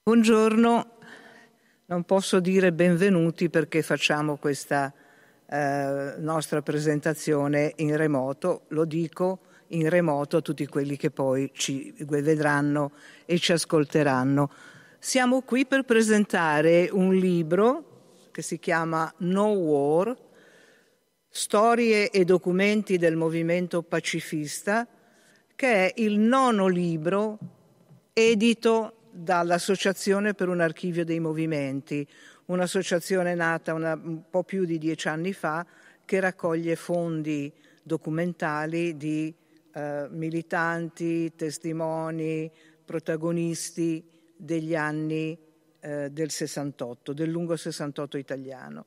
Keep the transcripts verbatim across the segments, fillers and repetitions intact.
Buongiorno, non posso dire benvenuti perché facciamo questa eh, nostra presentazione in remoto, lo dico in remoto a tutti quelli che poi ci vedranno e ci ascolteranno. Siamo qui per presentare un libro che si chiama No War, storie e documenti del movimento pacifista, che è il nono libro edito dall'Associazione per un archivio dei movimenti, un'associazione nata una, un po' più di dieci anni fa che raccoglie fondi documentali di eh, militanti, testimoni, protagonisti degli anni eh, del sessantotto, del lungo sessantotto italiano.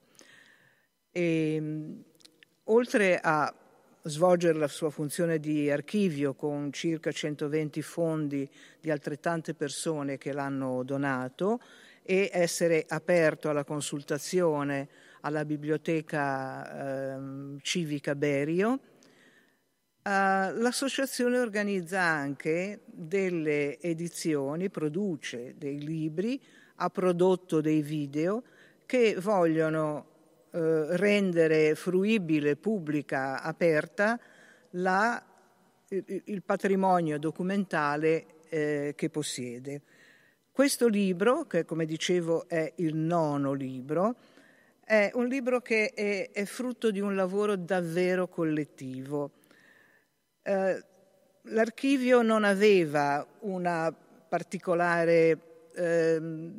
E, oltre a svolgere la sua funzione di archivio con circa centoventi fondi di altrettante persone che l'hanno donato e essere aperto alla consultazione alla Biblioteca eh, Civica Berio, eh, l'associazione organizza anche delle edizioni, produce dei libri, ha prodotto dei video che vogliono rendere fruibile, pubblica, aperta la, il, il patrimonio documentale eh, che possiede. Questo libro, che come dicevo è il nono libro, è un libro che è, è frutto di un lavoro davvero collettivo. Eh, l'archivio non aveva una particolare eh,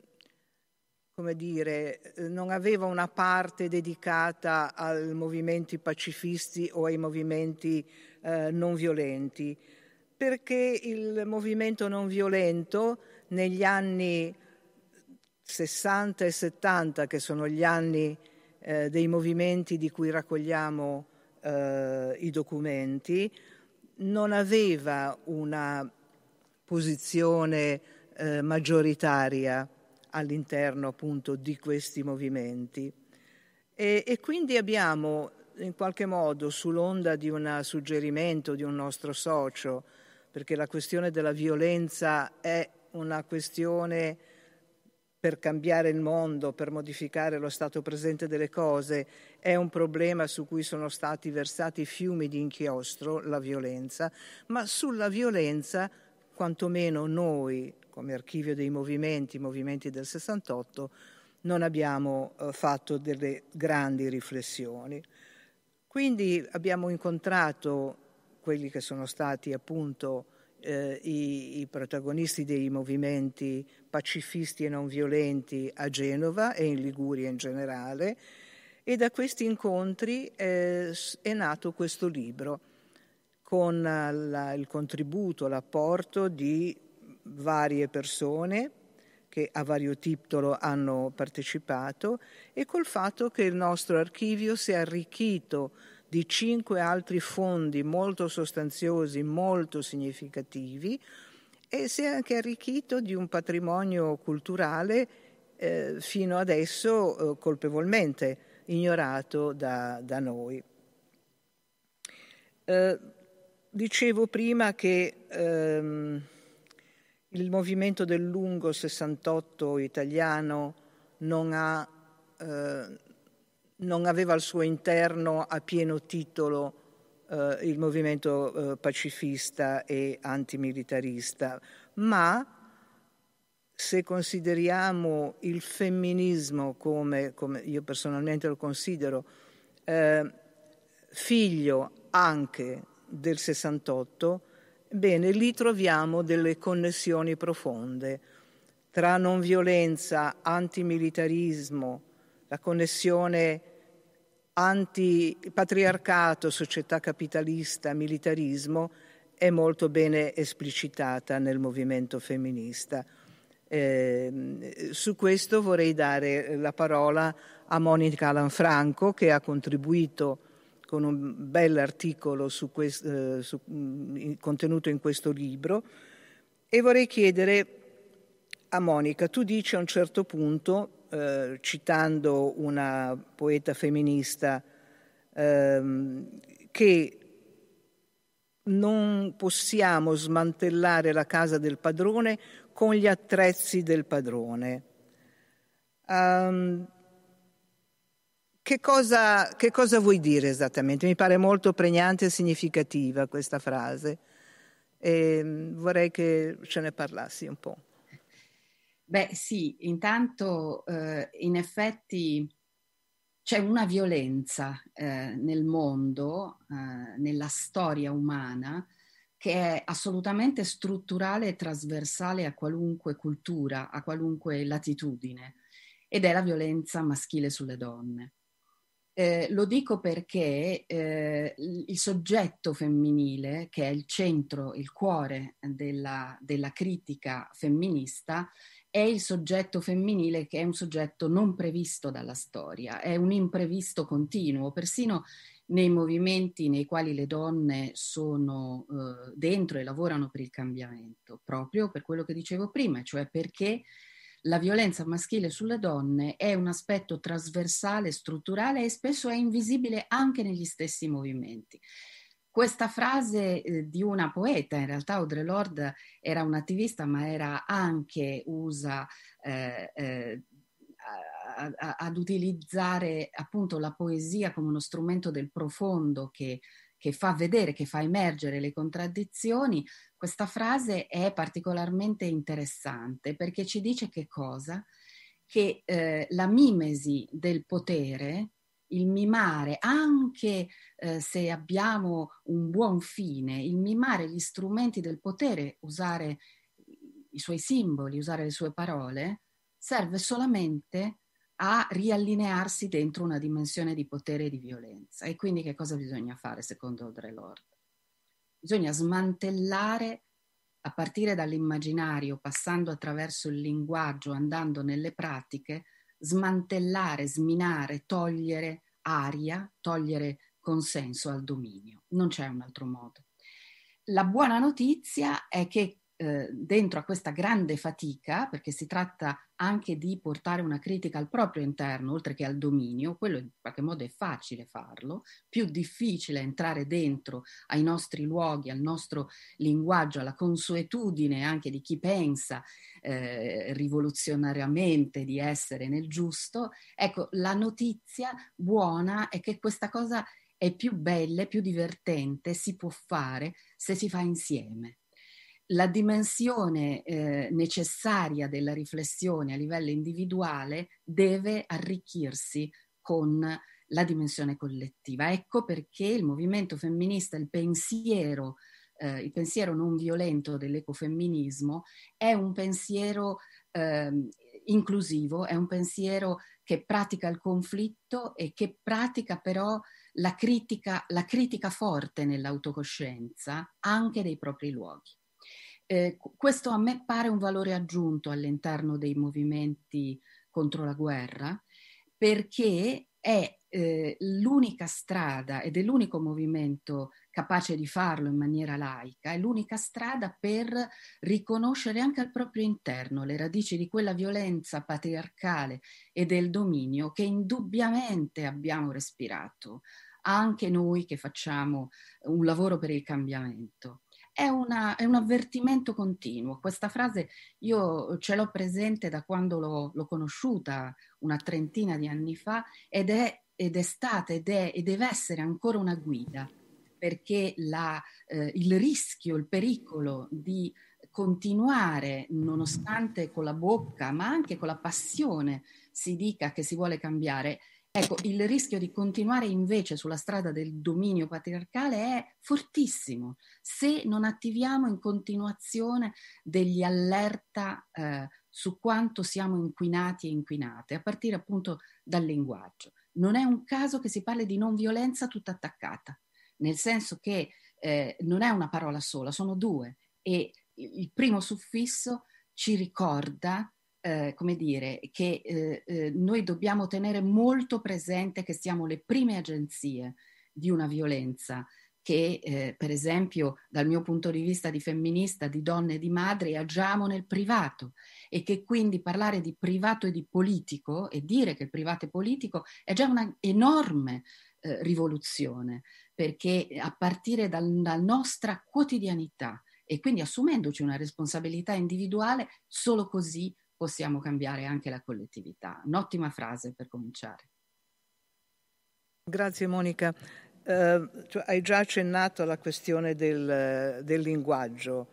come dire, non aveva una parte dedicata ai movimenti pacifisti o ai movimenti eh, non violenti, perché il movimento non violento negli anni sessanta e settanta, che sono gli anni eh, dei movimenti di cui raccogliamo eh, i documenti, non aveva una posizione eh, maggioritaria all'interno appunto di questi movimenti e, e quindi abbiamo in qualche modo sull'onda di un suggerimento di un nostro socio, perché la questione della violenza è una questione per cambiare il mondo, per modificare lo stato presente delle cose, è un problema su cui sono stati versati fiumi di inchiostro, la violenza, ma sulla violenza quantomeno noi come archivio dei movimenti, movimenti del sessantotto, non abbiamo eh, fatto delle grandi riflessioni. Quindi abbiamo incontrato quelli che sono stati appunto eh, i, i protagonisti dei movimenti pacifisti e non violenti a Genova e in Liguria in generale, e da questi incontri eh, è nato questo libro con la, il contributo, l'apporto di varie persone che a vario titolo hanno partecipato e col fatto che il nostro archivio si è arricchito di cinque altri fondi molto sostanziosi, molto significativi e si è anche arricchito di un patrimonio culturale eh, fino adesso eh, colpevolmente ignorato da, da noi. Eh, dicevo prima che ehm, il movimento del lungo sessantotto italiano non, ha, eh, non aveva al suo interno a pieno titolo eh, il movimento eh, pacifista e antimilitarista, ma se consideriamo il femminismo come, come io personalmente lo considero, eh, figlio anche del sessantotto, bene, lì troviamo delle connessioni profonde tra non violenza, antimilitarismo, la connessione antipatriarcato, società capitalista, militarismo è molto bene esplicitata nel movimento femminista. Eh, su questo vorrei dare la parola a Monica Lanfranco, che ha contribuito con un bel articolo su questo, eh, su, mh, contenuto in questo libro, e vorrei chiedere a Monica, tu dici a un certo punto, eh, citando una poeta femminista, ehm, che non possiamo smantellare la casa del padrone con gli attrezzi del padrone. Um, che cosa, che cosa vuoi dire esattamente? Mi pare molto pregnante e significativa questa frase e vorrei che ce ne parlassi un po'. Beh sì, intanto eh, in effetti c'è una violenza eh, nel mondo, eh, nella storia umana, che è assolutamente strutturale e trasversale a qualunque cultura, a qualunque latitudine, ed è la violenza maschile sulle donne. Eh, lo dico perché eh, il soggetto femminile, che è il centro, il cuore della, della critica femminista, è il soggetto femminile che è un soggetto non previsto dalla storia, è un imprevisto continuo, persino nei movimenti nei quali le donne sono eh, dentro e lavorano per il cambiamento, proprio per quello che dicevo prima, cioè perché la violenza maschile sulle donne è un aspetto trasversale, strutturale e spesso è invisibile anche negli stessi movimenti. Questa frase eh, di una poeta, in realtà Audre Lorde era un'attivista, ma era anche usa eh, eh, a, a, ad utilizzare appunto la poesia come uno strumento del profondo che, che fa vedere, che fa emergere le contraddizioni. Questa frase è particolarmente interessante perché ci dice che cosa? Che eh, la mimesi del potere, il mimare, anche eh, se abbiamo un buon fine, il mimare gli strumenti del potere, usare i suoi simboli, usare le sue parole, serve solamente a riallinearsi dentro una dimensione di potere e di violenza. E quindi che cosa bisogna fare secondo Audre Lorde? Bisogna smantellare a partire dall'immaginario, passando attraverso il linguaggio, andando nelle pratiche, smantellare, sminare, togliere aria, togliere consenso al dominio. Non c'è un altro modo. La buona notizia è che eh, dentro a questa grande fatica, perché si tratta anche di portare una critica al proprio interno, oltre che al dominio, quello in qualche modo è facile farlo, più difficile entrare dentro ai nostri luoghi, al nostro linguaggio, alla consuetudine anche di chi pensa eh, rivoluzionariamente di essere nel giusto. Ecco, la notizia buona è che questa cosa è più bella, più divertente, si può fare se si fa insieme. La dimensione eh, necessaria della riflessione a livello individuale deve arricchirsi con la dimensione collettiva. Ecco perché il movimento femminista, il pensiero, eh, il pensiero non violento dell'ecofemminismo è un pensiero eh, inclusivo, è un pensiero che pratica il conflitto e che pratica però la critica, la critica forte nell'autocoscienza anche dei propri luoghi. Eh, questo a me pare un valore aggiunto all'interno dei movimenti contro la guerra, perché è eh, l'unica strada ed è l'unico movimento capace di farlo in maniera laica, è l'unica strada per riconoscere anche al proprio interno le radici di quella violenza patriarcale e del dominio che indubbiamente abbiamo respirato, anche noi che facciamo un lavoro per il cambiamento. È, una, è un avvertimento continuo. Questa frase io ce l'ho presente da quando l'ho, l'ho conosciuta una trentina di anni fa ed è, ed è stata ed, è, e deve essere ancora una guida, perché la, eh, il rischio, il pericolo di continuare, nonostante con la bocca, ma anche con la passione, si dica che si vuole cambiare. Ecco, il rischio di continuare invece sulla strada del dominio patriarcale è fortissimo se non attiviamo in continuazione degli allerta eh, su quanto siamo inquinati e inquinate, a partire appunto dal linguaggio. Non è un caso che si parli di non violenza tutta attaccata, nel senso che eh, non è una parola sola, sono due e il primo suffisso ci ricorda Eh, come dire, che eh, eh, noi dobbiamo tenere molto presente che siamo le prime agenzie di una violenza che, eh, per esempio, dal mio punto di vista di femminista, di donne e di madri, agiamo nel privato e che quindi parlare di privato e di politico e dire che il privato è politico è già una enorme eh, rivoluzione, perché a partire dal, dalla nostra quotidianità E quindi assumendoci una responsabilità individuale, solo così possiamo cambiare anche la collettività. Un'ottima frase per cominciare. Grazie Monica. Uh, cioè, hai già accennato alla questione del, del linguaggio.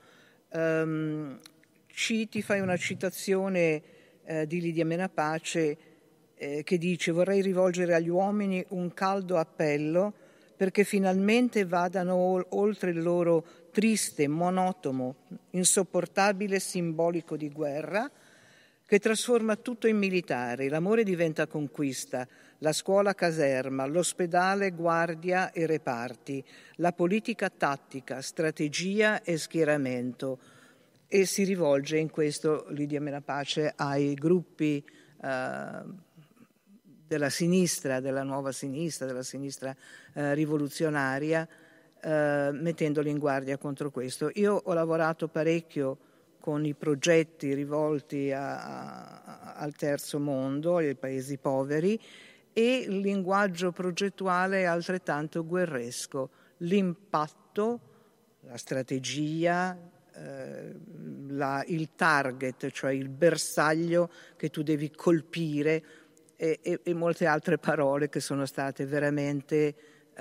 Um, citi, fai una citazione uh, di Lidia Menapace eh, che dice: vorrei rivolgere agli uomini un caldo appello perché finalmente vadano ol- oltre il loro triste, monotono, insopportabile simbolico di guerra che trasforma tutto in militare. L'amore diventa conquista, la scuola caserma, l'ospedale guardia e reparti, la politica tattica, strategia e schieramento. E si rivolge in questo Lidia Menapace ai gruppi eh, della sinistra, della nuova sinistra, della sinistra eh, rivoluzionaria, eh, mettendoli in guardia contro questo. Io ho lavorato parecchio con i progetti rivolti a, a, al terzo mondo, ai paesi poveri, e il linguaggio progettuale è altrettanto guerresco. L'impatto, la strategia, eh, la, il target, cioè il bersaglio che tu devi colpire, e, e, e molte altre parole che sono state veramente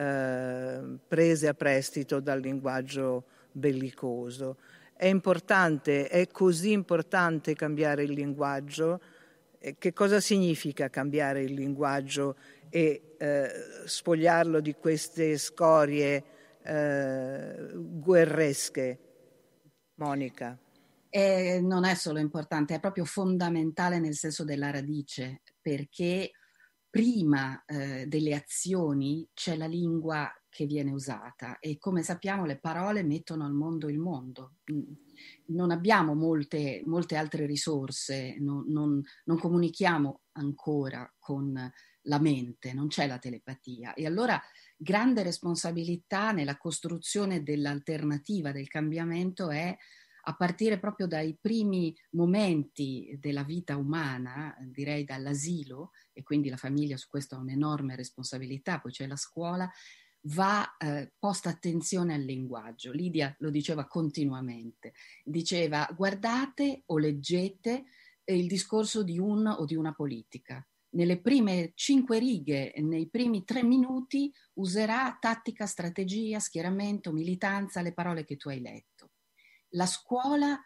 eh, prese a prestito dal linguaggio bellicoso. È importante, è così importante cambiare il linguaggio. Che cosa significa cambiare il linguaggio e eh, spogliarlo di queste scorie eh, guerresche? Monica. E non è solo importante, è proprio fondamentale nel senso della radice, perché prima eh, delle azioni c'è la lingua che viene usata e come sappiamo le parole mettono al mondo il mondo. Non abbiamo molte, molte altre risorse, non, non, non comunichiamo ancora con la mente, non c'è la telepatia e allora grande responsabilità nella costruzione dell'alternativa, del cambiamento è a partire proprio dai primi momenti della vita umana, direi dall'asilo, e quindi la famiglia su questo ha un'enorme responsabilità, poi c'è la scuola, va eh, posta attenzione al linguaggio. Lidia lo diceva continuamente, diceva guardate o leggete eh, il discorso di un o di una politica. Nelle prime cinque righe, nei primi tre minuti, userà tattica, strategia, schieramento, militanza, le parole che tu hai letto. La scuola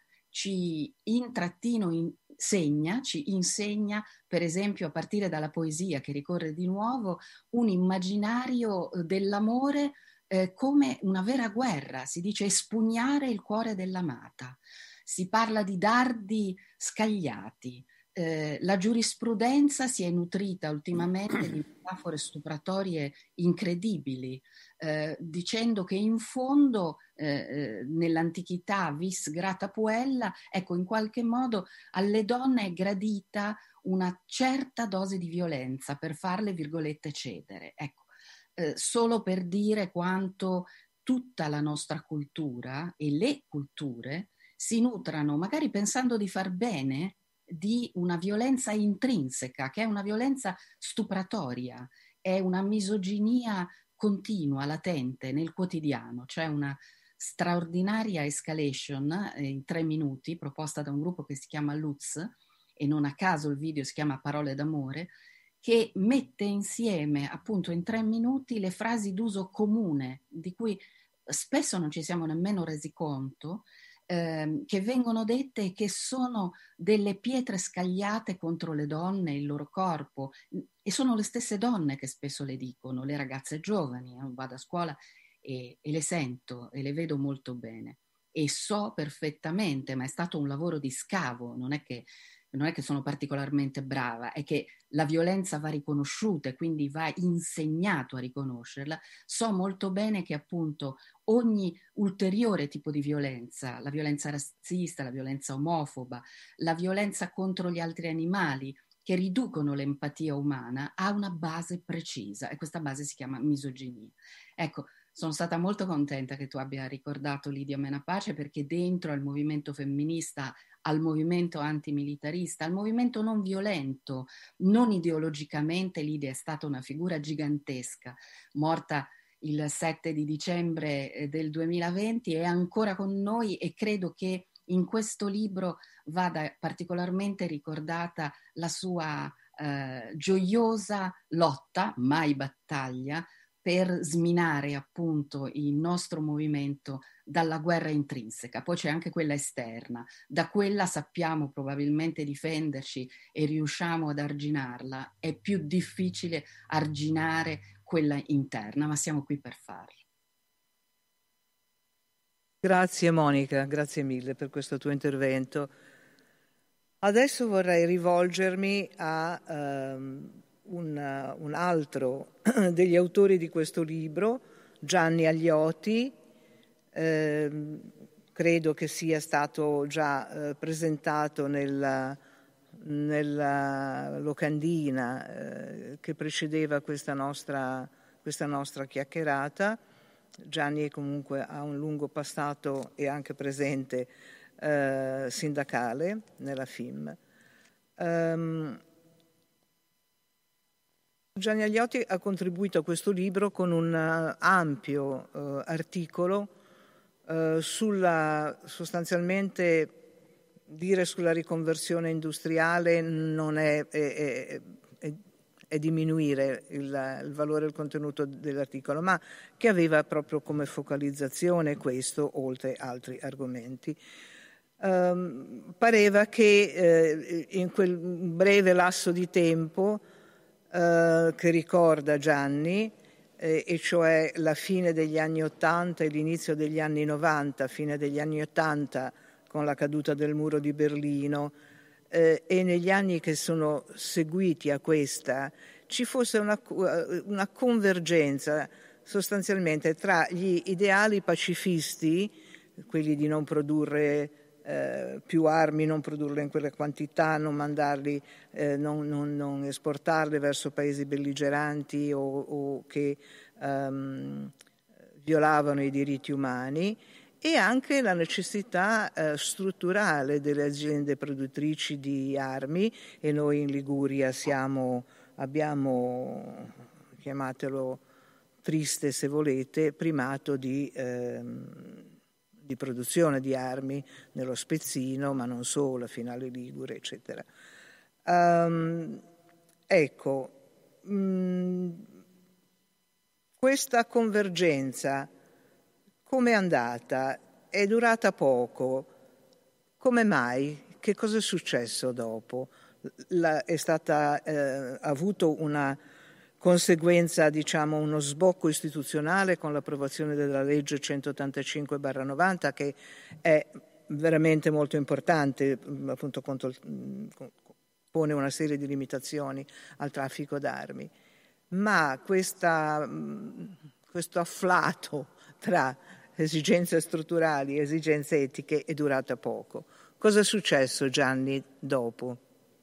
ci in trattino insegna, ci insegna, per esempio, a partire dalla poesia che ricorre di nuovo, un immaginario dell'amore eh, come una vera guerra. Si dice espugnare il cuore dell'amata. Si parla di dardi scagliati. Eh, la giurisprudenza si è nutrita ultimamente di metafore stupratorie incredibili, eh, dicendo che in fondo eh, nell'antichità vis grata puella, ecco, in qualche modo alle donne è gradita una certa dose di violenza per farle, virgolette, cedere. Ecco, eh, solo per dire quanto tutta la nostra cultura e le culture si nutrano, magari pensando di far bene, di una violenza intrinseca, che è una violenza stupratoria, è una misoginia continua, latente nel quotidiano, cioè una straordinaria escalation eh, in tre minuti proposta da un gruppo che si chiama Lutz, e non a caso il video si chiama Parole d'amore, che mette insieme appunto in tre minuti le frasi d'uso comune di cui spesso non ci siamo nemmeno resi conto, ehm, che vengono dette e che sono delle pietre scagliate contro le donne, il loro corpo, e sono le stesse donne che spesso le dicono, le ragazze giovani. Io vado a scuola e, e le sento e le vedo molto bene e so perfettamente, ma è stato un lavoro di scavo, non è che non è che sono particolarmente brava, è che la violenza va riconosciuta e quindi va insegnato a riconoscerla. So molto bene che appunto ogni ulteriore tipo di violenza, la violenza razzista, la violenza omofoba, la violenza contro gli altri animali, che riducono l'empatia umana, ha una base precisa e questa base si chiama misoginia. Ecco, sono stata molto contenta che tu abbia ricordato Lidia Menapace perché dentro al movimento femminista, al movimento antimilitarista, al movimento non violento, non ideologicamente, Lidia è stata una figura gigantesca, morta il sette di dicembre del duemilaventi, è ancora con noi e credo che in questo libro vada particolarmente ricordata la sua eh, gioiosa lotta, mai battaglia, per sminare appunto il nostro movimento dalla guerra intrinseca. Poi c'è anche quella esterna, da quella sappiamo probabilmente difenderci e riusciamo ad arginarla, è più difficile arginare quella interna, ma siamo qui per farlo. Grazie Monica, grazie mille per questo tuo intervento. Adesso vorrei rivolgermi a um, un, un altro degli autori di questo libro, Gianni Agliotti. Eh, credo che sia stato già eh, presentato nella, nella locandina eh, che precedeva questa nostra, questa nostra chiacchierata. Gianni comunque ha un lungo passato e anche presente eh, sindacale nella F I M. Um, Gianni Agliotti ha contribuito a questo libro con un uh, ampio uh, articolo uh, sulla, sostanzialmente dire sulla riconversione industriale non è, è, è, è diminuire il, il valore e il contenuto dell'articolo, ma che aveva proprio come focalizzazione questo, oltre altri argomenti. Um, pareva che eh, in quel breve lasso di tempo eh, che ricorda Gianni, eh, e cioè la fine degli anni ottanta e l'inizio degli anni novanta, fine degli anni ottanta con la caduta del muro di Berlino, eh, e negli anni che sono seguiti a questa ci fosse una, una convergenza sostanzialmente tra gli ideali pacifisti, quelli di non produrre eh, più armi, non produrle in quelle quantità, non mandarli, eh, non, non, non esportarle verso paesi belligeranti o, o che um, violavano i diritti umani, e anche la necessità eh, strutturale delle aziende produttrici di armi, e noi in Liguria siamo, abbiamo, chiamatelo triste se volete, primato di, ehm, di produzione di armi nello Spezzino, ma non solo, Finale Ligure, eccetera. Um, ecco, mh, questa convergenza come è andata? È durata poco. Come mai? Che cosa è successo dopo? La, è stata, eh, ha avuto una conseguenza, diciamo, uno sbocco istituzionale con l'approvazione della legge centottantacinque barra novanta, che è veramente molto importante, appunto contro il, pone una serie di limitazioni al traffico d'armi. Ma questa, questo afflato tra esigenze strutturali e esigenze etiche è durata poco. Cosa è successo, Gianni, dopo?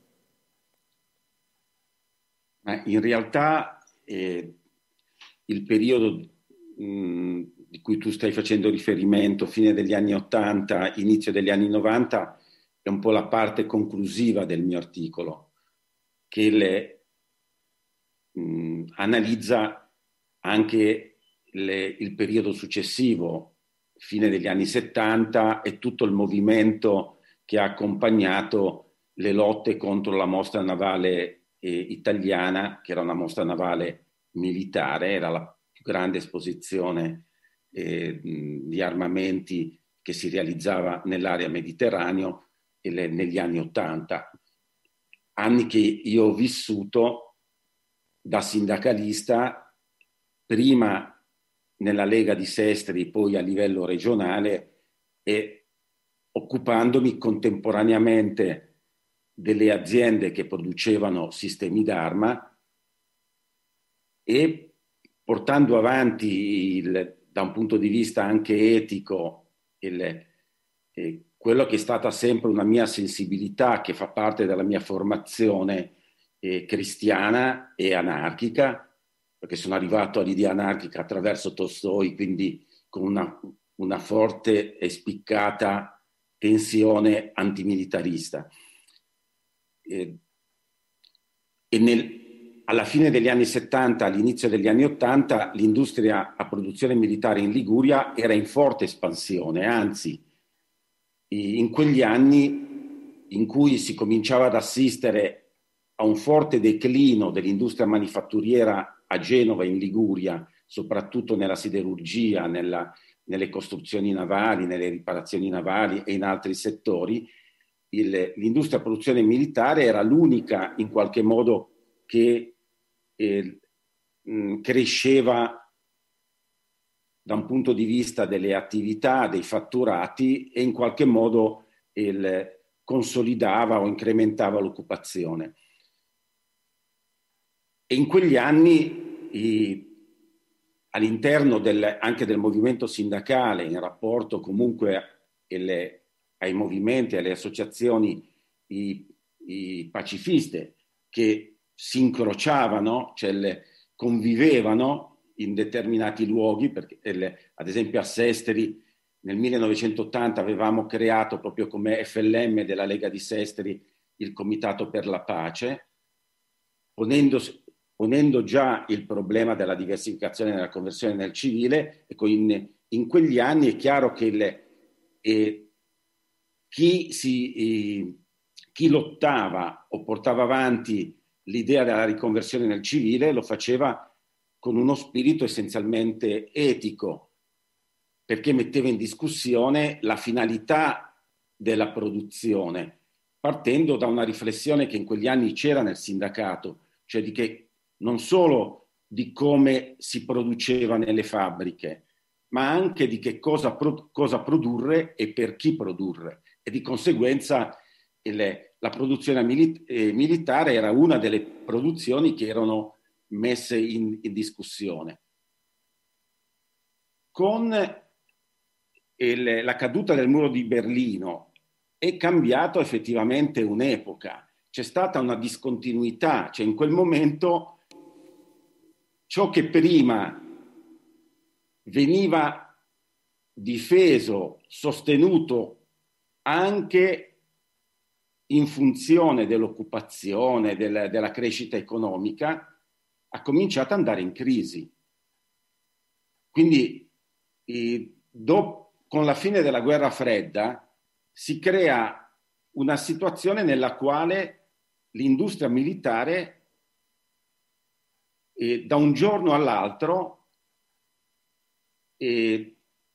Ma in realtà eh, il periodo mh, di cui tu stai facendo riferimento, fine degli anni ottanta, inizio degli anni novanta, è un po' la parte conclusiva del mio articolo, che le, mh, analizza anche le, il periodo successivo, fine degli anni settanta, e tutto il movimento che ha accompagnato le lotte contro la mostra navale eh, italiana, che era una mostra navale militare, era la più grande esposizione eh, di armamenti che si realizzava nell'area mediterranea le, negli anni ottanta, anni che io ho vissuto da sindacalista, prima nella Lega di Sestri, poi a livello regionale, e occupandomi contemporaneamente delle aziende che producevano sistemi d'arma e portando avanti il, da un punto di vista anche etico il, eh, quello che è stata sempre una mia sensibilità, che fa parte della mia formazione eh, cristiana e anarchica, perché sono arrivato all'idea anarchica attraverso Tolstoi, quindi con una, una forte e spiccata tensione antimilitarista. E, e nel, alla fine degli anni settanta, all'inizio degli anni ottanta, l'industria a produzione militare in Liguria era in forte espansione, anzi, in quegli anni in cui si cominciava ad assistere a un forte declino dell'industria manifatturiera a Genova, in Liguria, soprattutto nella siderurgia, nella, nelle costruzioni navali, nelle riparazioni navali e in altri settori, il, l'industria a produzione militare era l'unica in qualche modo che eh, mh, cresceva da un punto di vista delle attività, dei fatturati, e in qualche modo il, consolidava o incrementava l'occupazione. E in quegli anni i, all'interno del, anche del movimento sindacale, in rapporto comunque ele, ai movimenti, alle associazioni i, i pacifiste che si incrociavano, cioè le, convivevano in determinati luoghi, perché le, ad esempio a Sestri nel millenovecentottanta avevamo creato proprio come F L M della Lega di Sestri il Comitato per la Pace, ponendo, ponendo già il problema della diversificazione e della conversione nel civile. Ecco, in, in quegli anni è chiaro che le, eh, chi, si, eh, chi lottava o portava avanti l'idea della riconversione nel civile lo faceva con uno spirito essenzialmente etico, perché metteva in discussione la finalità della produzione, partendo da una riflessione che in quegli anni c'era nel sindacato, cioè di che non solo di come si produceva nelle fabbriche, ma anche di che cosa, pro- cosa produrre e per chi produrre. E di conseguenza il, la produzione mili- eh, militare era una delle produzioni che erano messe in, in discussione. Con il, la caduta del muro di Berlino è cambiato effettivamente un'epoca, c'è stata una discontinuità, cioè in quel momento ciò che prima veniva difeso, sostenuto anche in funzione dell'occupazione, del, della crescita economica, ha cominciato ad andare in crisi. Quindi eh, dopo, con la fine della guerra fredda si crea una situazione nella quale l'industria militare eh, da un giorno all'altro eh,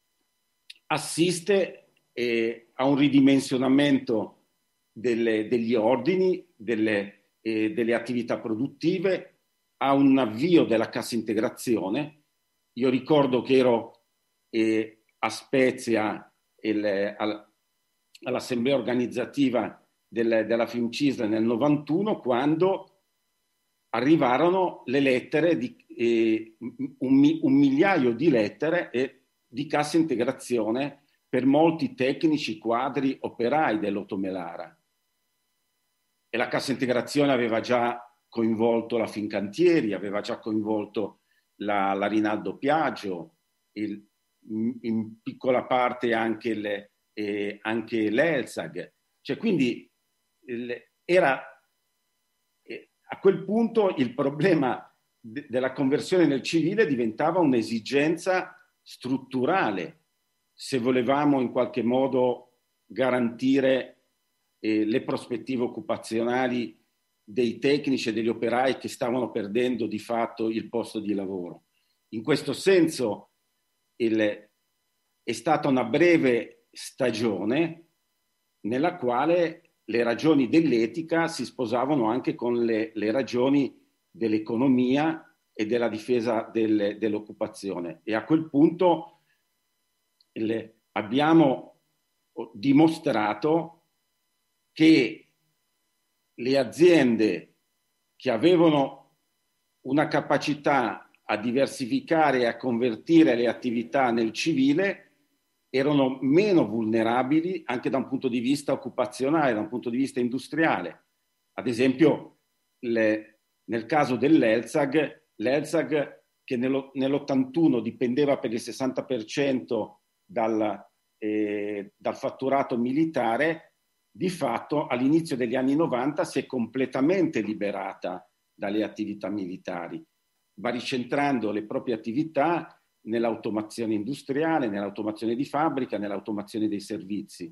assiste eh, a un ridimensionamento delle, degli ordini, delle, eh, delle attività produttive, a un avvio della cassa integrazione. Io ricordo che ero eh, a Spezia il, al, all'assemblea organizzativa del, della FIMCISL nel novantuno, quando arrivarono le lettere, di, eh, un, un migliaio di lettere eh, di cassa integrazione per molti tecnici, quadri, operai dell'Automelara. E la cassa integrazione aveva già coinvolto la Fincantieri, aveva già coinvolto la, la Rinaldo Piaggio, il, in, in piccola parte anche, le, eh, anche l'Elsag. Cioè, quindi il, era eh, a quel punto il problema de, della conversione nel civile diventava un'esigenza strutturale, se volevamo in qualche modo garantire eh, le prospettive occupazionali dei tecnici e degli operai che stavano perdendo di fatto il posto di lavoro. In questo senso il, è stata una breve stagione nella quale le ragioni dell'etica si sposavano anche con le, le ragioni dell'economia e della difesa del, dell'occupazione. E a quel punto il, abbiamo dimostrato che le aziende che avevano una capacità a diversificare e a convertire le attività nel civile erano meno vulnerabili anche da un punto di vista occupazionale, da un punto di vista industriale. Ad esempio, le, nel caso dell'Elsag, l'Elsag che nell'ottantuno dipendeva per il sessanta per cento dal, eh, dal fatturato militare, di fatto all'inizio degli anni novanta si è completamente liberata dalle attività militari, va ricentrando le proprie attività nell'automazione industriale, nell'automazione di fabbrica, nell'automazione dei servizi.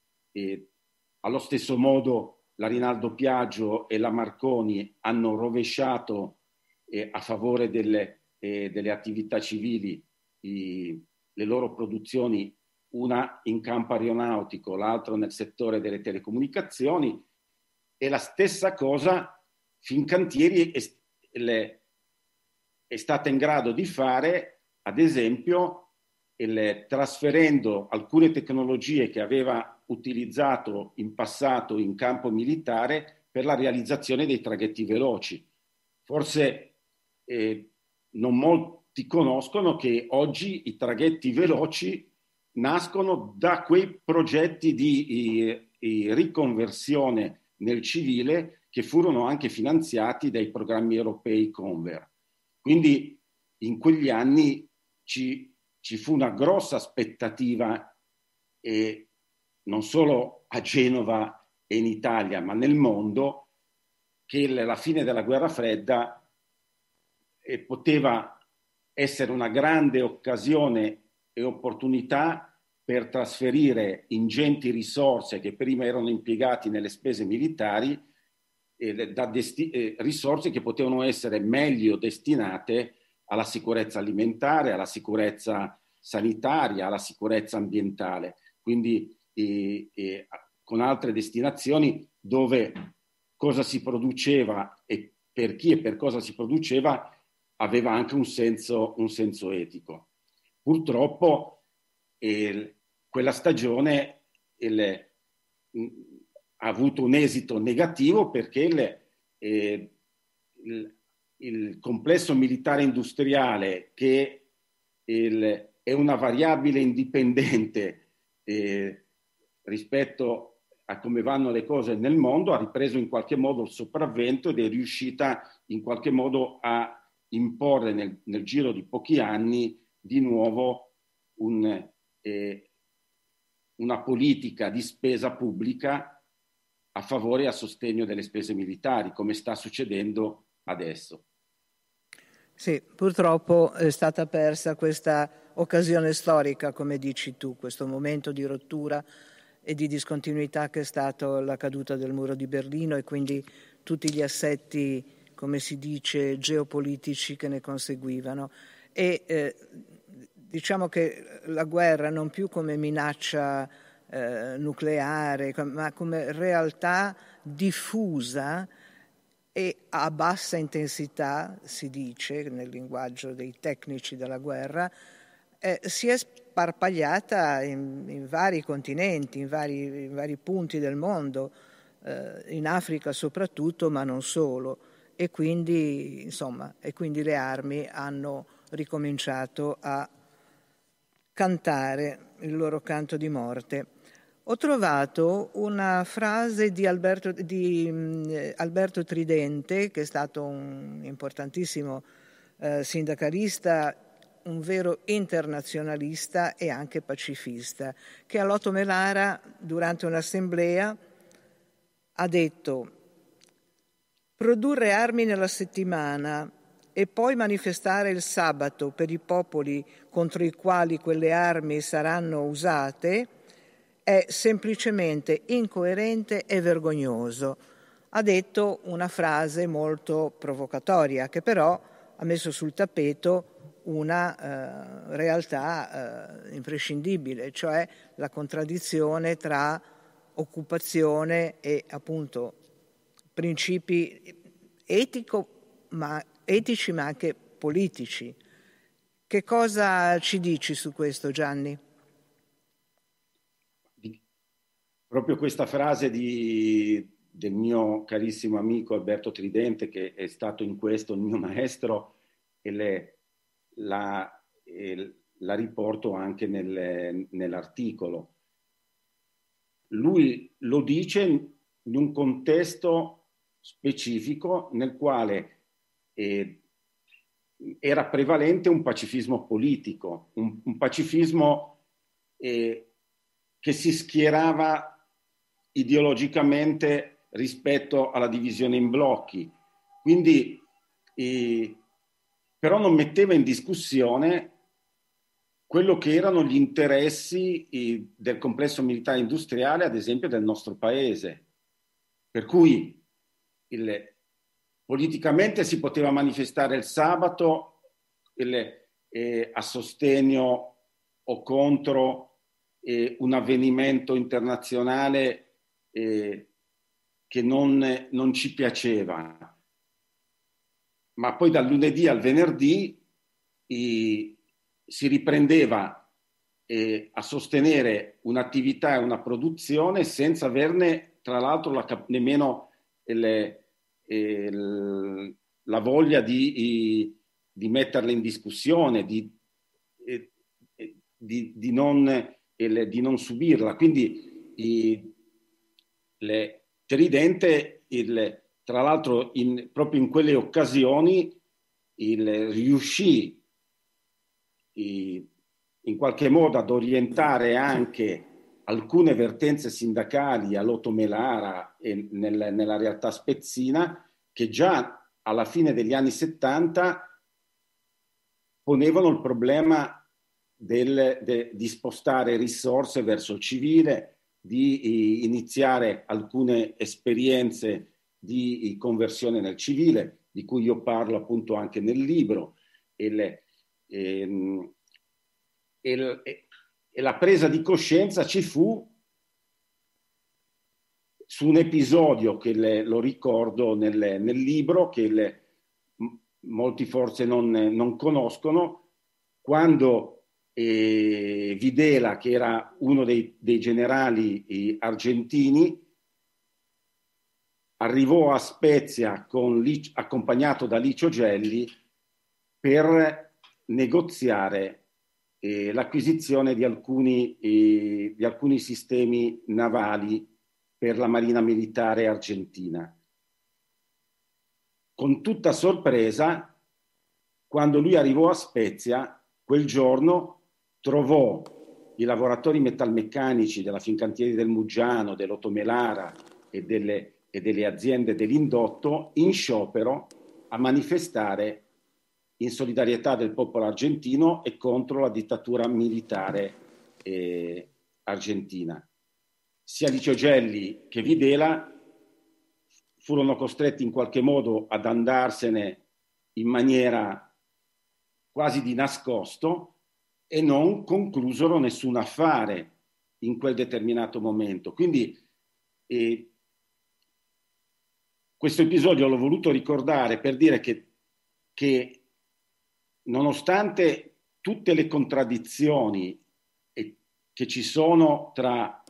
E allo stesso modo la Rinaldo Piaggio e la Marconi hanno rovesciato eh, a favore delle, eh, delle attività civili i, le loro produzioni, una in campo aeronautico, l'altra nel settore delle telecomunicazioni, e la stessa cosa Fincantieri è, le, è stata in grado di fare, ad esempio, il, trasferendo alcune tecnologie che aveva utilizzato in passato in campo militare per la realizzazione dei traghetti veloci. Forse eh, non molti conoscono che oggi i traghetti veloci nascono da quei progetti di, di, di riconversione nel civile che furono anche finanziati dai programmi europei Conver. Quindi in quegli anni ci, ci fu una grossa aspettativa, eh, non solo a Genova e in Italia, ma nel mondo, che la fine della guerra fredda eh, poteva essere una grande occasione e opportunità per trasferire ingenti risorse che prima erano impiegate nelle spese militari, eh, da desti- eh, risorse che potevano essere meglio destinate alla sicurezza alimentare, alla sicurezza sanitaria, alla sicurezza ambientale, quindi eh, eh, con altre destinazioni dove cosa si produceva e per chi e per cosa si produceva aveva anche un senso, un senso etico. Purtroppo eh, quella stagione il, mh, ha avuto un esito negativo perché il, eh, il, il complesso militare industriale, che il, è una variabile indipendente eh, rispetto a come vanno le cose nel mondo, ha ripreso in qualche modo il sopravvento ed è riuscita in qualche modo a imporre nel, nel giro di pochi anni di nuovo un, eh, una politica di spesa pubblica a favore e a sostegno delle spese militari, come sta succedendo adesso. Sì, purtroppo è stata persa questa occasione storica, come dici tu, questo momento di rottura e di discontinuità che è stato la caduta del muro di Berlino e quindi tutti gli assetti, come si dice, geopolitici che ne conseguivano. E eh, diciamo che la guerra non più come minaccia eh, nucleare, ma come realtà diffusa e a bassa intensità, si dice nel linguaggio dei tecnici della guerra, eh, si è sparpagliata in, in vari continenti, in vari, in vari punti del mondo, eh, in Africa soprattutto, ma non solo. E quindi, insomma, e quindi le armi hanno ricominciato a cantare il loro canto di morte. Ho trovato una frase di Alberto, di, um, Alberto Tridente, che è stato un importantissimo eh, sindacalista, un vero internazionalista e anche pacifista, che all'Otto Melara, durante un'assemblea, ha detto: produrre armi nella settimana e poi manifestare il sabato per i popoli contro i quali quelle armi saranno usate è semplicemente incoerente e vergognoso. Ha detto una frase molto provocatoria che però ha messo sul tappeto una eh, realtà eh, imprescindibile, cioè la contraddizione tra occupazione e appunto principi etico, ma, etici ma anche politici. Che cosa ci dici su questo, Gianni? Proprio questa frase di, del mio carissimo amico Alberto Tridente, che è stato in questo il mio maestro, e le, la, e la riporto anche nel, nell'articolo. Lui lo dice in un contesto specifico nel quale eh, era prevalente un pacifismo politico, un, un pacifismo eh, che si schierava ideologicamente rispetto alla divisione in blocchi, Quindi, eh, però non metteva in discussione quello che erano gli interessi eh, del complesso militare industriale, ad esempio, del nostro paese. Per cui il, politicamente si poteva manifestare il sabato il, eh, a sostegno o contro eh, un avvenimento internazionale eh, che non, non ci piaceva. Ma poi dal lunedì al venerdì eh, si riprendeva eh, a sostenere un'attività e una produzione senza averne, tra l'altro, la, nemmeno le, eh, la voglia di, di metterle in discussione, di, eh, di, di, non, eh, di non subirla. Quindi eh, le, Tridente, il, tra l'altro, in, proprio in quelle occasioni il, riuscì i, in qualche modo ad orientare anche alcune vertenze sindacali all'Otto Melara e nel, nella realtà spezzina, che già alla fine degli anni settanta ponevano il problema del, de, di spostare risorse verso il civile, di iniziare alcune esperienze di conversione nel civile, di cui io parlo appunto anche nel libro, e, le, e, e, e la presa di coscienza ci fu su un episodio che le, lo ricordo nel, nel libro, che le, molti forse non, non conoscono, quando eh, Videla, che era uno dei, dei generali eh, argentini, arrivò a Spezia con, accompagnato da Licio Gelli per negoziare eh, l'acquisizione di alcuni, eh, di alcuni sistemi navali per la Marina Militare Argentina. Con tutta sorpresa, quando lui arrivò a Spezia, quel giorno trovò i lavoratori metalmeccanici della Fincantieri del Muggiano, dell'Otto Melara e delle, e delle aziende dell'indotto in sciopero a manifestare in solidarietà del popolo argentino e contro la dittatura militare eh, argentina. Sia Licio Gelli che Videla furono costretti in qualche modo ad andarsene in maniera quasi di nascosto e non conclusero nessun affare in quel determinato momento. Quindi eh, questo episodio l'ho voluto ricordare per dire che, che nonostante tutte le contraddizioni eh, che ci sono tra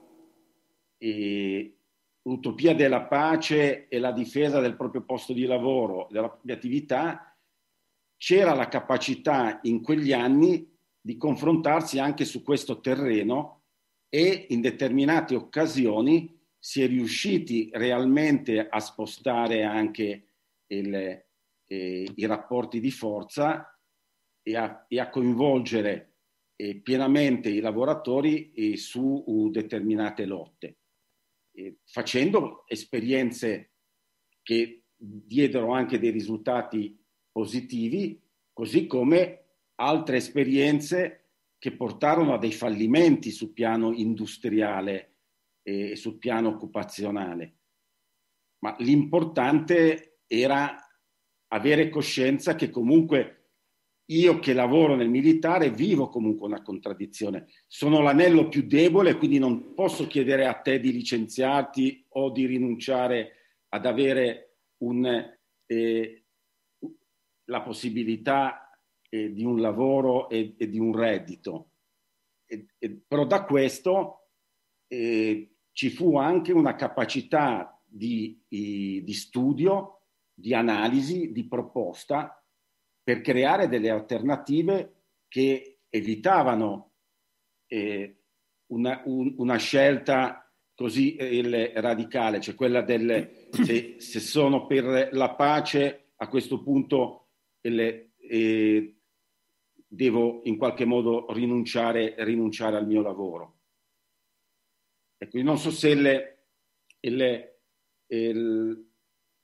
eh, l'utopia della pace e la difesa del proprio posto di lavoro, della propria attività, c'era la capacità in quegli anni di confrontarsi anche su questo terreno e in determinate occasioni si è riusciti realmente a spostare anche il, eh, i rapporti di forza e a, e a coinvolgere eh, pienamente i lavoratori eh, su uh, determinate lotte, eh, facendo esperienze che diedero anche dei risultati positivi, così come altre esperienze che portarono a dei fallimenti sul piano industriale e sul piano occupazionale. Ma l'importante era avere coscienza che comunque io che lavoro nel militare vivo comunque una contraddizione. Sono l'anello più debole, quindi non posso chiedere a te di licenziarti o di rinunciare ad avere un, eh, la possibilità eh, di un lavoro e, e di un reddito. E, e, però da questo eh, ci fu anche una capacità di, di, di studio, di analisi, di proposta per creare delle alternative che evitavano eh, una, un, una scelta così eh, radicale, cioè quella del se, se sono per la pace, a questo punto le, eh, devo in qualche modo rinunciare, rinunciare al mio lavoro. Ecco, non so se le, le, il,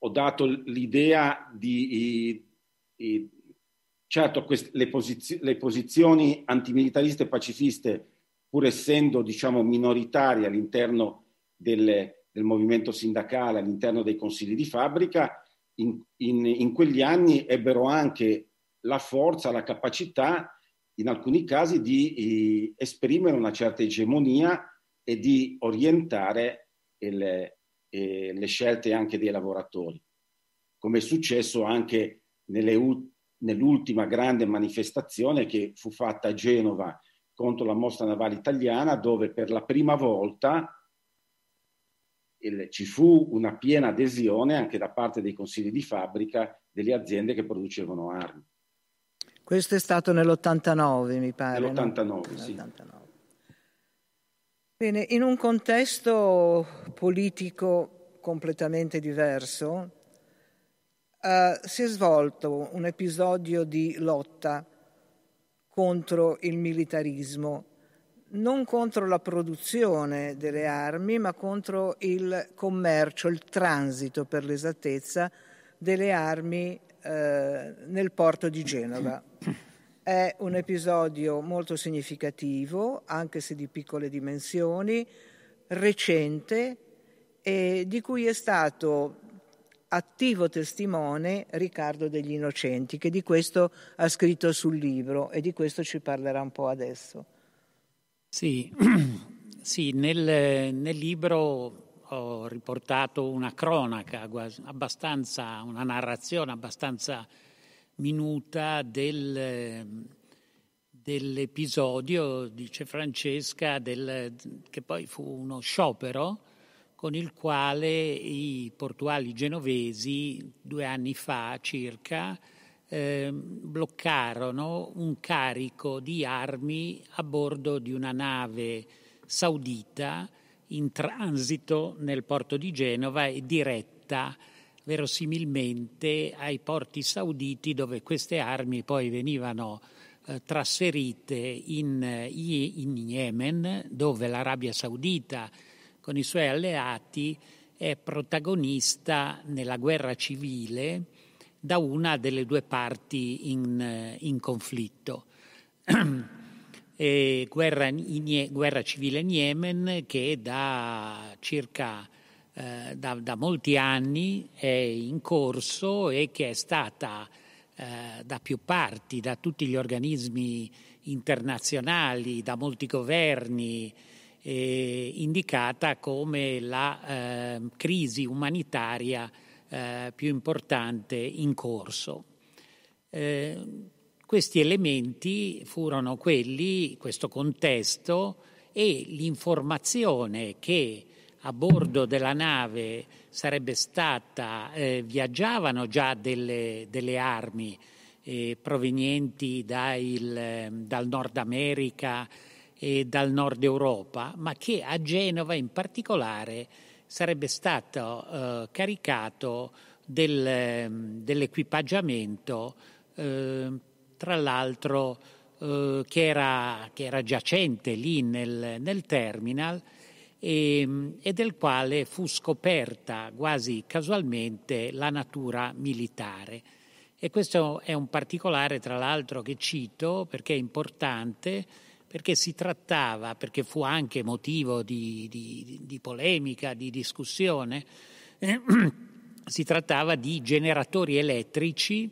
ho dato l'idea di, di certo quest, le, posizio, le posizioni antimilitariste e pacifiste, pur essendo diciamo minoritarie all'interno delle, del movimento sindacale, all'interno dei consigli di fabbrica, in, in, in quegli anni ebbero anche la forza, la capacità in alcuni casi di eh, esprimere una certa egemonia e di orientare il, eh, le scelte anche dei lavoratori, come è successo anche nelle, nell'ultima grande manifestazione che fu fatta a Genova contro la mostra navale italiana, dove per la prima volta il, ci fu una piena adesione anche da parte dei consigli di fabbrica delle aziende che producevano armi. Questo è stato nell'ottantanove, mi pare. Nell'ottantanove, no? sì. nell'ottantanove. Bene, in un contesto politico completamente diverso, eh, si è svolto un episodio di lotta contro il militarismo, non contro la produzione delle armi, ma contro il commercio, il transito per l'esattezza, delle armi eh, nel porto di Genova. È un episodio molto significativo, anche se di piccole dimensioni, recente, e di cui è stato attivo testimone Riccardo degli Innocenti, che di questo ha scritto sul libro e di questo ci parlerà un po' adesso. Sì, sì nel, nel libro ho riportato una cronaca abbastanza, una narrazione abbastanza minuta del, dell'episodio, dice Francesca, del, che poi fu uno sciopero con il quale i portuali genovesi due anni fa circa eh, bloccarono un carico di armi a bordo di una nave saudita in transito nel porto di Genova e diretta verosimilmente ai porti sauditi, dove queste armi poi venivano eh, trasferite in, in Yemen, dove l'Arabia Saudita con i suoi alleati è protagonista nella guerra civile da una delle due parti in, in conflitto. E guerra, in, guerra civile in Yemen che da circa eh, da, da molti anni è in corso e che è stata eh, da più parti, da tutti gli organismi internazionali, da molti governi, eh, indicata come la eh, crisi umanitaria eh, più importante in corso. Eh, questi elementi furono quelli, questo contesto e l'informazione che a bordo della nave sarebbe stata, eh, viaggiavano già delle, delle armi eh, provenienti da il, dal Nord America e dal Nord Europa, ma che a Genova in particolare sarebbe stato eh, caricato del, dell'equipaggiamento, eh, tra l'altro eh, che, era, che era giacente lì nel, nel terminal e, e del quale fu scoperta quasi casualmente la natura militare. E questo è un particolare, tra l'altro, che cito perché è importante, perché si trattava, perché fu anche motivo di, di, di polemica, di discussione, eh, si trattava di generatori elettrici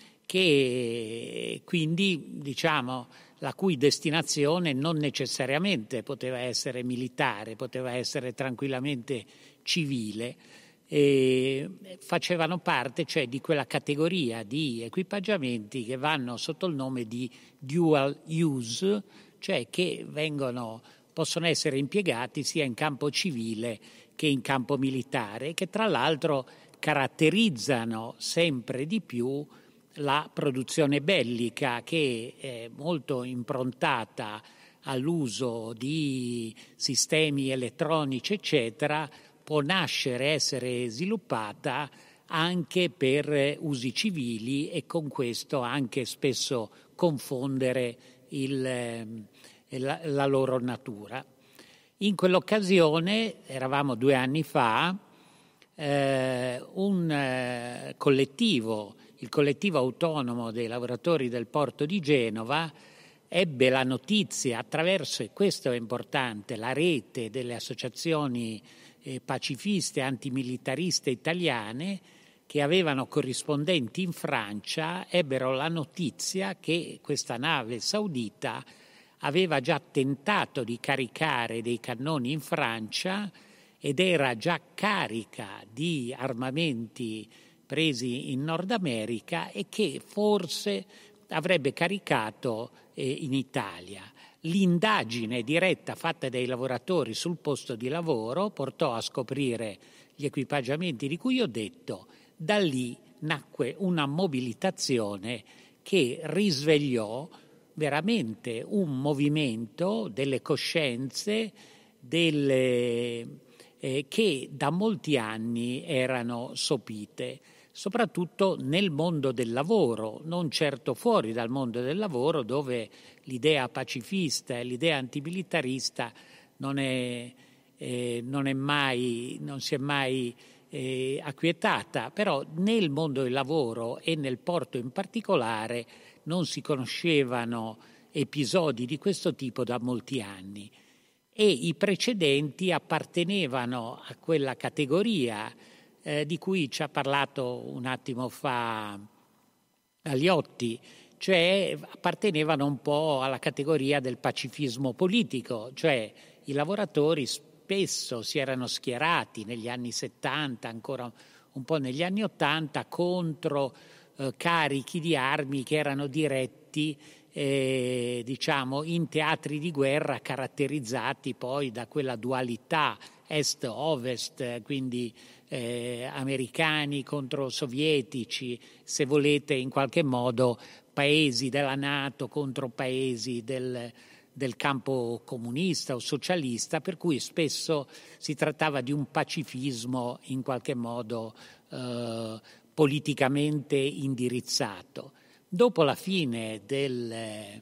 che quindi, diciamo, la cui destinazione non necessariamente poteva essere militare, poteva essere tranquillamente civile, e facevano parte, cioè, di quella categoria di equipaggiamenti che vanno sotto il nome di dual use, cioè che vengono, possono essere impiegati sia in campo civile che in campo militare, che tra l'altro caratterizzano sempre di più la produzione bellica, che è molto improntata all'uso di sistemi elettronici, eccetera, può nascere, essere sviluppata anche per usi civili e con questo anche spesso confondere il, la, la loro natura. In quell'occasione, eravamo due anni fa, eh, un eh, collettivo, il collettivo autonomo dei lavoratori del porto di Genova, ebbe la notizia attraverso, e questo è importante, la rete delle associazioni eh, pacifiste antimilitariste italiane che avevano corrispondenti in Francia, ebbero la notizia che questa nave saudita aveva già tentato di caricare dei cannoni in Francia ed era già carica di armamenti presi in Nord America e che forse avrebbe caricato eh, in Italia. L'indagine diretta fatta dai lavoratori sul posto di lavoro portò a scoprire gli equipaggiamenti di cui ho detto. Da lì nacque una mobilitazione che risvegliò veramente un movimento delle coscienze delle, eh, che da molti anni erano sopite, soprattutto nel mondo del lavoro, non certo fuori dal mondo del lavoro, dove l'idea pacifista e l'idea antimilitarista non è, eh, non è mai, non si è mai eh, acquietata, però nel mondo del lavoro e nel porto in particolare non si conoscevano episodi di questo tipo da molti anni e i precedenti appartenevano a quella categoria Eh, di cui ci ha parlato un attimo fa Aliotti, cioè appartenevano un po' alla categoria del pacifismo politico, cioè i lavoratori spesso si erano schierati negli anni settanta, ancora un po' negli anni ottanta, contro eh, carichi di armi che erano diretti eh, diciamo in teatri di guerra caratterizzati poi da quella dualità est-ovest, quindi eh, americani contro sovietici, se volete in qualche modo paesi della NATO contro paesi del, del campo comunista o socialista, per cui spesso si trattava di un pacifismo in qualche modo eh, politicamente indirizzato. Dopo la fine del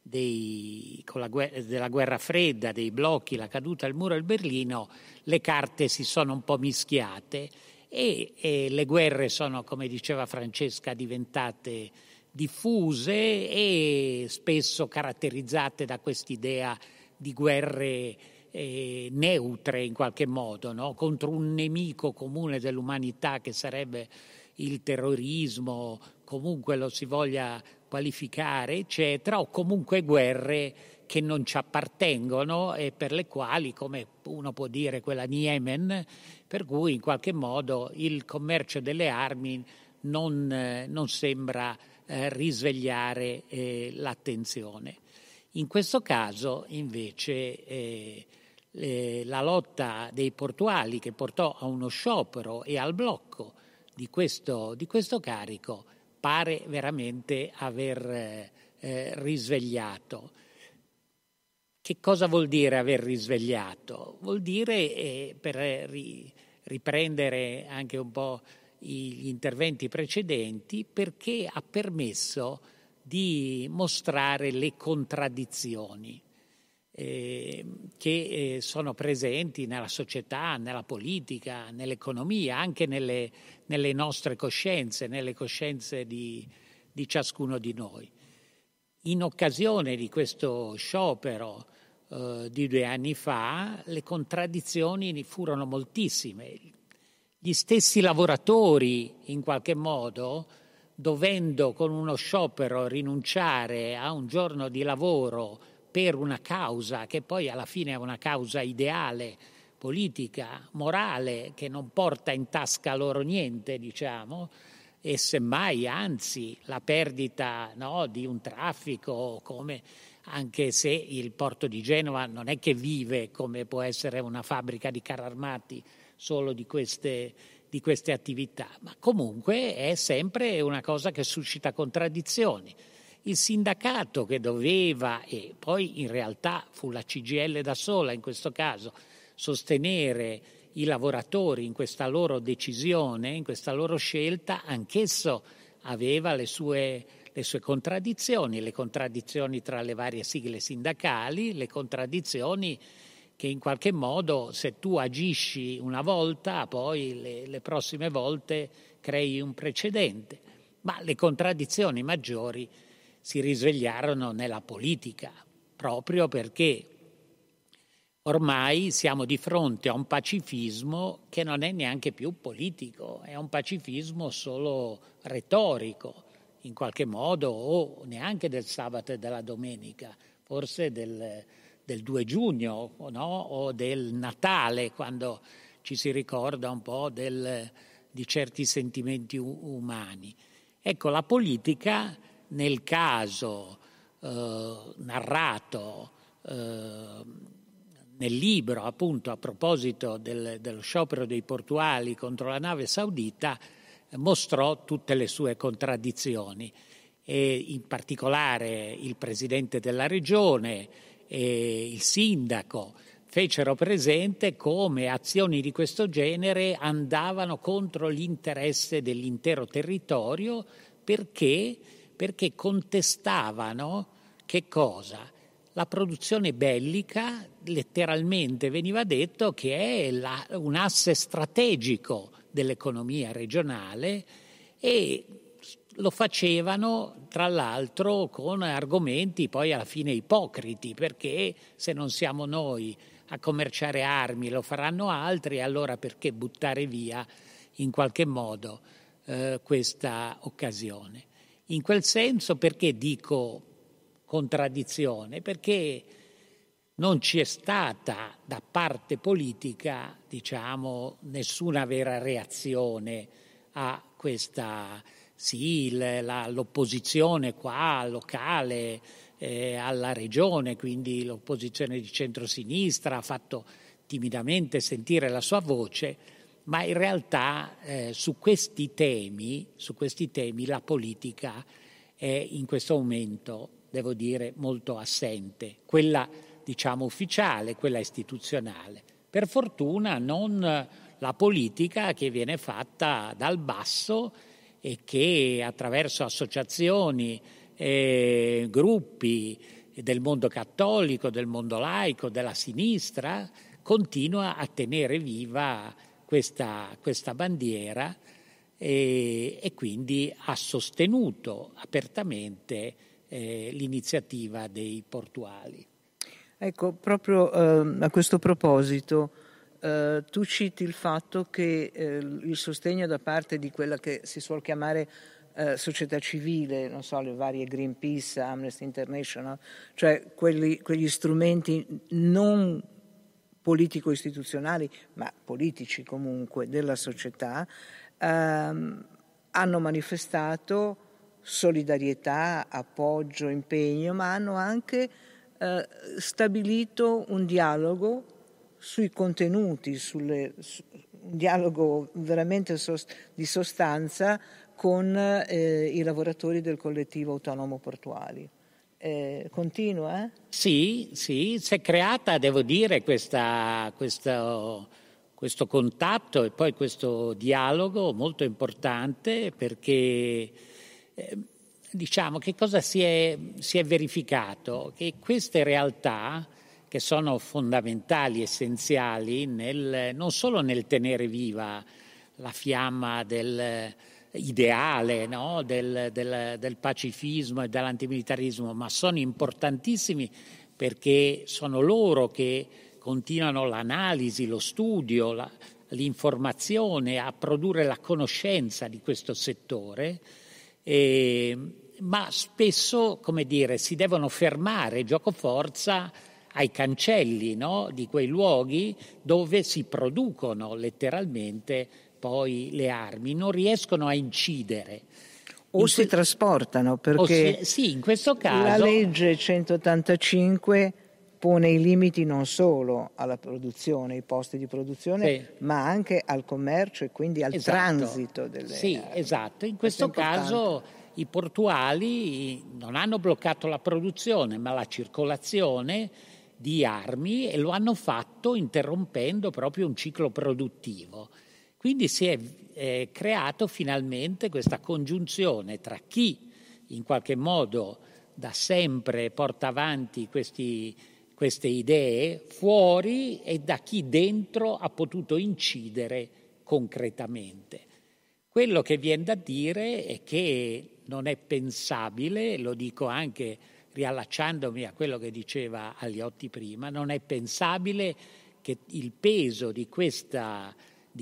Dei, con la, della guerra fredda, dei blocchi, la caduta del muro del Berlino, le carte si sono un po' mischiate e, e le guerre sono, come diceva Francesca, diventate diffuse e spesso caratterizzate da quest'idea di guerre eh, neutre in qualche modo, no? Contro un nemico comune dell'umanità che sarebbe il terrorismo, comunque lo si voglia qualificare, eccetera, o comunque guerre che non ci appartengono e per le quali, come uno può dire quella di Yemen, per cui in qualche modo il commercio delle armi non, eh, non sembra eh, risvegliare eh, l'attenzione. In questo caso invece eh, eh, la lotta dei portuali che portò a uno sciopero e al blocco di questo, di questo carico pare veramente aver eh, risvegliato. Che cosa vuol dire aver risvegliato? Vuol dire, eh, per ri, riprendere anche un po' gli interventi precedenti, perché ha permesso di mostrare le contraddizioni eh, che eh, sono presenti nella società, nella politica, nell'economia, anche nelle, nelle nostre coscienze, nelle coscienze di, di ciascuno di noi. In occasione di questo sciopero eh, di due anni fa, le contraddizioni furono moltissime. Gli stessi lavoratori, in qualche modo, dovendo con uno sciopero rinunciare a un giorno di lavoro per una causa che poi alla fine è una causa ideale, politica, morale, che non porta in tasca loro niente, diciamo, e semmai anzi la perdita, no, di un traffico, come anche se il porto di Genova non è che vive come può essere una fabbrica di carri armati solo di queste, di queste attività, ma comunque è sempre una cosa che suscita contraddizioni. Il sindacato che doveva, e poi in realtà fu la C G I L da sola in questo caso, sostenere i lavoratori in questa loro decisione, in questa loro scelta, anch'esso aveva le sue, le sue contraddizioni, le contraddizioni tra le varie sigle sindacali, le contraddizioni che in qualche modo se tu agisci una volta, poi le, le prossime volte crei un precedente. Ma le contraddizioni maggiori si risvegliarono nella politica, proprio perché ormai siamo di fronte a un pacifismo che non è neanche più politico, è un pacifismo solo retorico, in qualche modo, o neanche del sabato e della domenica, forse del, del due giugno, no? O del Natale, quando ci si ricorda un po' del, di certi sentimenti umani. Ecco, la politica, nel caso eh, narrato eh, nel libro, appunto, a proposito del, dello sciopero dei portuali contro la nave saudita, mostrò tutte le sue contraddizioni, e in particolare il presidente della regione e il sindaco fecero presente come azioni di questo genere andavano contro l'interesse dell'intero territorio, perché, perché contestavano che cosa? La produzione bellica, letteralmente veniva detto che è la, un asse strategico dell'economia regionale, e lo facevano tra l'altro con argomenti poi alla fine ipocriti, perché se non siamo noi a commerciare armi lo faranno altri, allora perché buttare via in qualche modo eh, questa occasione? In quel senso, perché dico contraddizione? Perché non c'è stata da parte politica, diciamo, nessuna vera reazione a questa, sì, la, l'opposizione qua locale eh, alla regione, quindi l'opposizione di centrosinistra ha fatto timidamente sentire la sua voce, ma in realtà eh, su questi temi, su questi temi la politica è in questo momento, devo dire, molto assente, quella diciamo ufficiale, quella istituzionale. Per fortuna non la politica che viene fatta dal basso e che attraverso associazioni, eh, gruppi del mondo cattolico, del mondo laico, della sinistra, continua a tenere viva questa, questa bandiera e, e quindi ha sostenuto apertamente eh, l'iniziativa dei portuali. Ecco, proprio eh, a questo proposito, eh, tu citi il fatto che eh, il sostegno da parte di quella che si suol chiamare eh, società civile, non so, le varie Greenpeace, Amnesty International, cioè quelli, quegli strumenti non politico-istituzionali, ma politici comunque, della società, ehm, hanno manifestato solidarietà, appoggio, impegno, ma hanno anche eh, stabilito un dialogo sui contenuti, sulle, su, un dialogo veramente sost- di sostanza con eh, i lavoratori del collettivo autonomo portuali. Eh, continua? Eh? Sì, sì, si è creata, devo dire, questa, questo, questo contatto e poi questo dialogo molto importante, perché eh, diciamo che cosa si è, si è verificato? Che queste realtà, che sono fondamentali, essenziali, nel, non solo nel tenere viva la fiamma del ideale, no? del, del, del pacifismo e dell'antimilitarismo, ma sono importantissimi perché sono loro che continuano l'analisi, lo studio, la, l'informazione, a produrre la conoscenza di questo settore, eh, ma spesso, come dire, si devono fermare gioco forza ai cancelli, no? di quei luoghi dove si producono letteralmente poi le armi, non riescono a incidere. O in si que- trasportano, perché si, sì, in questo caso la legge centottantacinque pone i limiti non solo alla produzione, ai posti di produzione, sì. ma anche al commercio e quindi al esatto. transito delle Sì, armi. esatto. In questo caso i portuali non hanno bloccato la produzione, ma la circolazione di armi, e lo hanno fatto interrompendo proprio un ciclo produttivo. Quindi si è eh, creato finalmente questa congiunzione tra chi in qualche modo da sempre porta avanti questi, queste idee fuori e da chi dentro ha potuto incidere concretamente. Quello che viene da dire è che non è pensabile, lo dico anche riallacciandomi a quello che diceva Aliotti prima, non è pensabile che il peso di questa di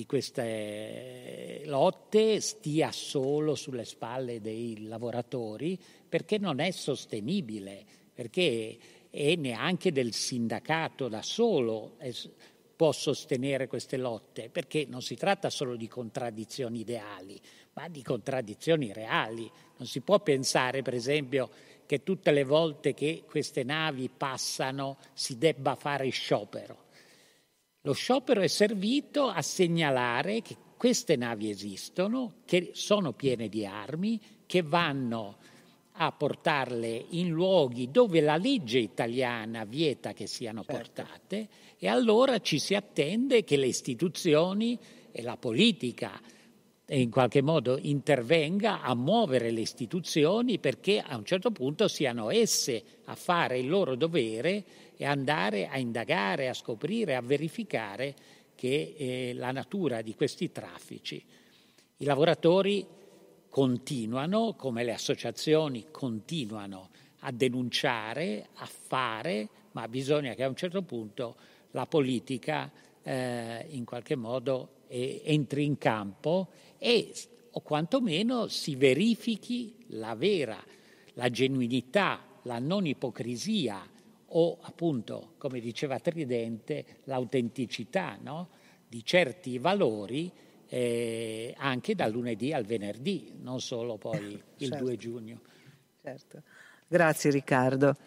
queste lotte stia solo sulle spalle dei lavoratori, perché non è sostenibile, perché e neanche del sindacato da solo può sostenere queste lotte, perché non si tratta solo di contraddizioni ideali, ma di contraddizioni reali. Non si può pensare, per esempio, che tutte le volte che queste navi passano si debba fare sciopero. Lo sciopero è servito a segnalare che queste navi esistono, che sono piene di armi, che vanno a portarle in luoghi dove la legge italiana vieta che siano certo. portate, e allora ci si attende che le istituzioni e la politica in qualche modo intervenga a muovere le istituzioni perché a un certo punto siano esse a fare il loro dovere e andare a indagare, a scoprire, a verificare che eh, la natura di questi traffici. I lavoratori continuano, come le associazioni continuano a denunciare, a fare, ma bisogna che a un certo punto la politica eh, in qualche modo eh, entri in campo e o quantomeno si verifichi la vera, la genuinità, la non ipocrisia o appunto, come diceva Tridente, l'autenticità, no? di certi valori eh, anche dal lunedì al venerdì, non solo poi il certo. due giugno. Certo. Grazie Riccardo.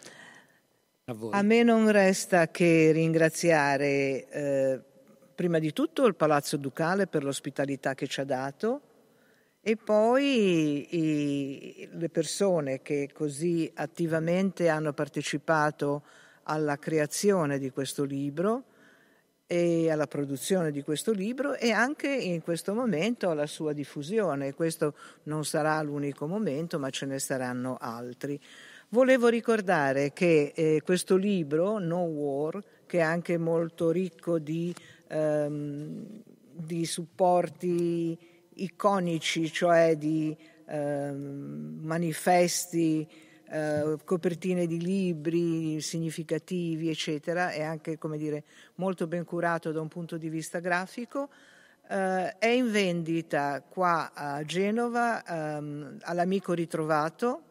A voi. A me non resta che ringraziare eh, prima di tutto il Palazzo Ducale per l'ospitalità che ci ha dato e poi i, le persone che così attivamente hanno partecipato alla creazione di questo libro e alla produzione di questo libro e anche in questo momento alla sua diffusione. Questo non sarà l'unico momento, ma ce ne saranno altri. Volevo ricordare che eh, questo libro, No War, che è anche molto ricco di, ehm, di supporti iconici, cioè di ehm, manifesti, eh, copertine di libri significativi, eccetera, è anche, come dire, molto ben curato da un punto di vista grafico. Eh, è in vendita qua a Genova ehm, all'Amico Ritrovato,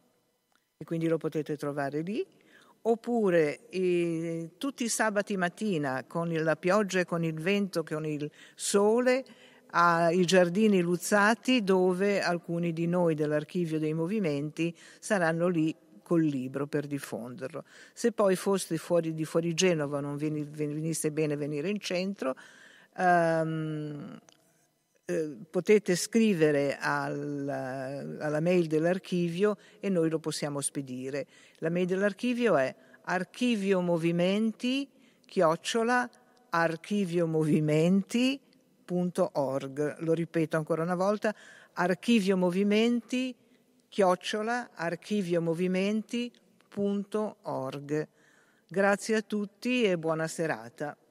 e quindi lo potete trovare lì, oppure eh, tutti i sabati mattina con la pioggia e con il vento, con il sole, ai Giardini Luzzati, dove alcuni di noi dell'Archivio dei Movimenti saranno lì col libro per diffonderlo. Se poi foste fuori di fuori Genova, non venisse bene venire in centro, um, eh, potete scrivere al, alla mail dell'archivio e noi lo possiamo spedire. La mail dell'archivio è archiviomovimenti chiocciola archiviomovimenti punto org. Lo ripeto ancora una volta, archiviomovimenti chiocciola archiviomovimenti punto org. Grazie a tutti e buona serata.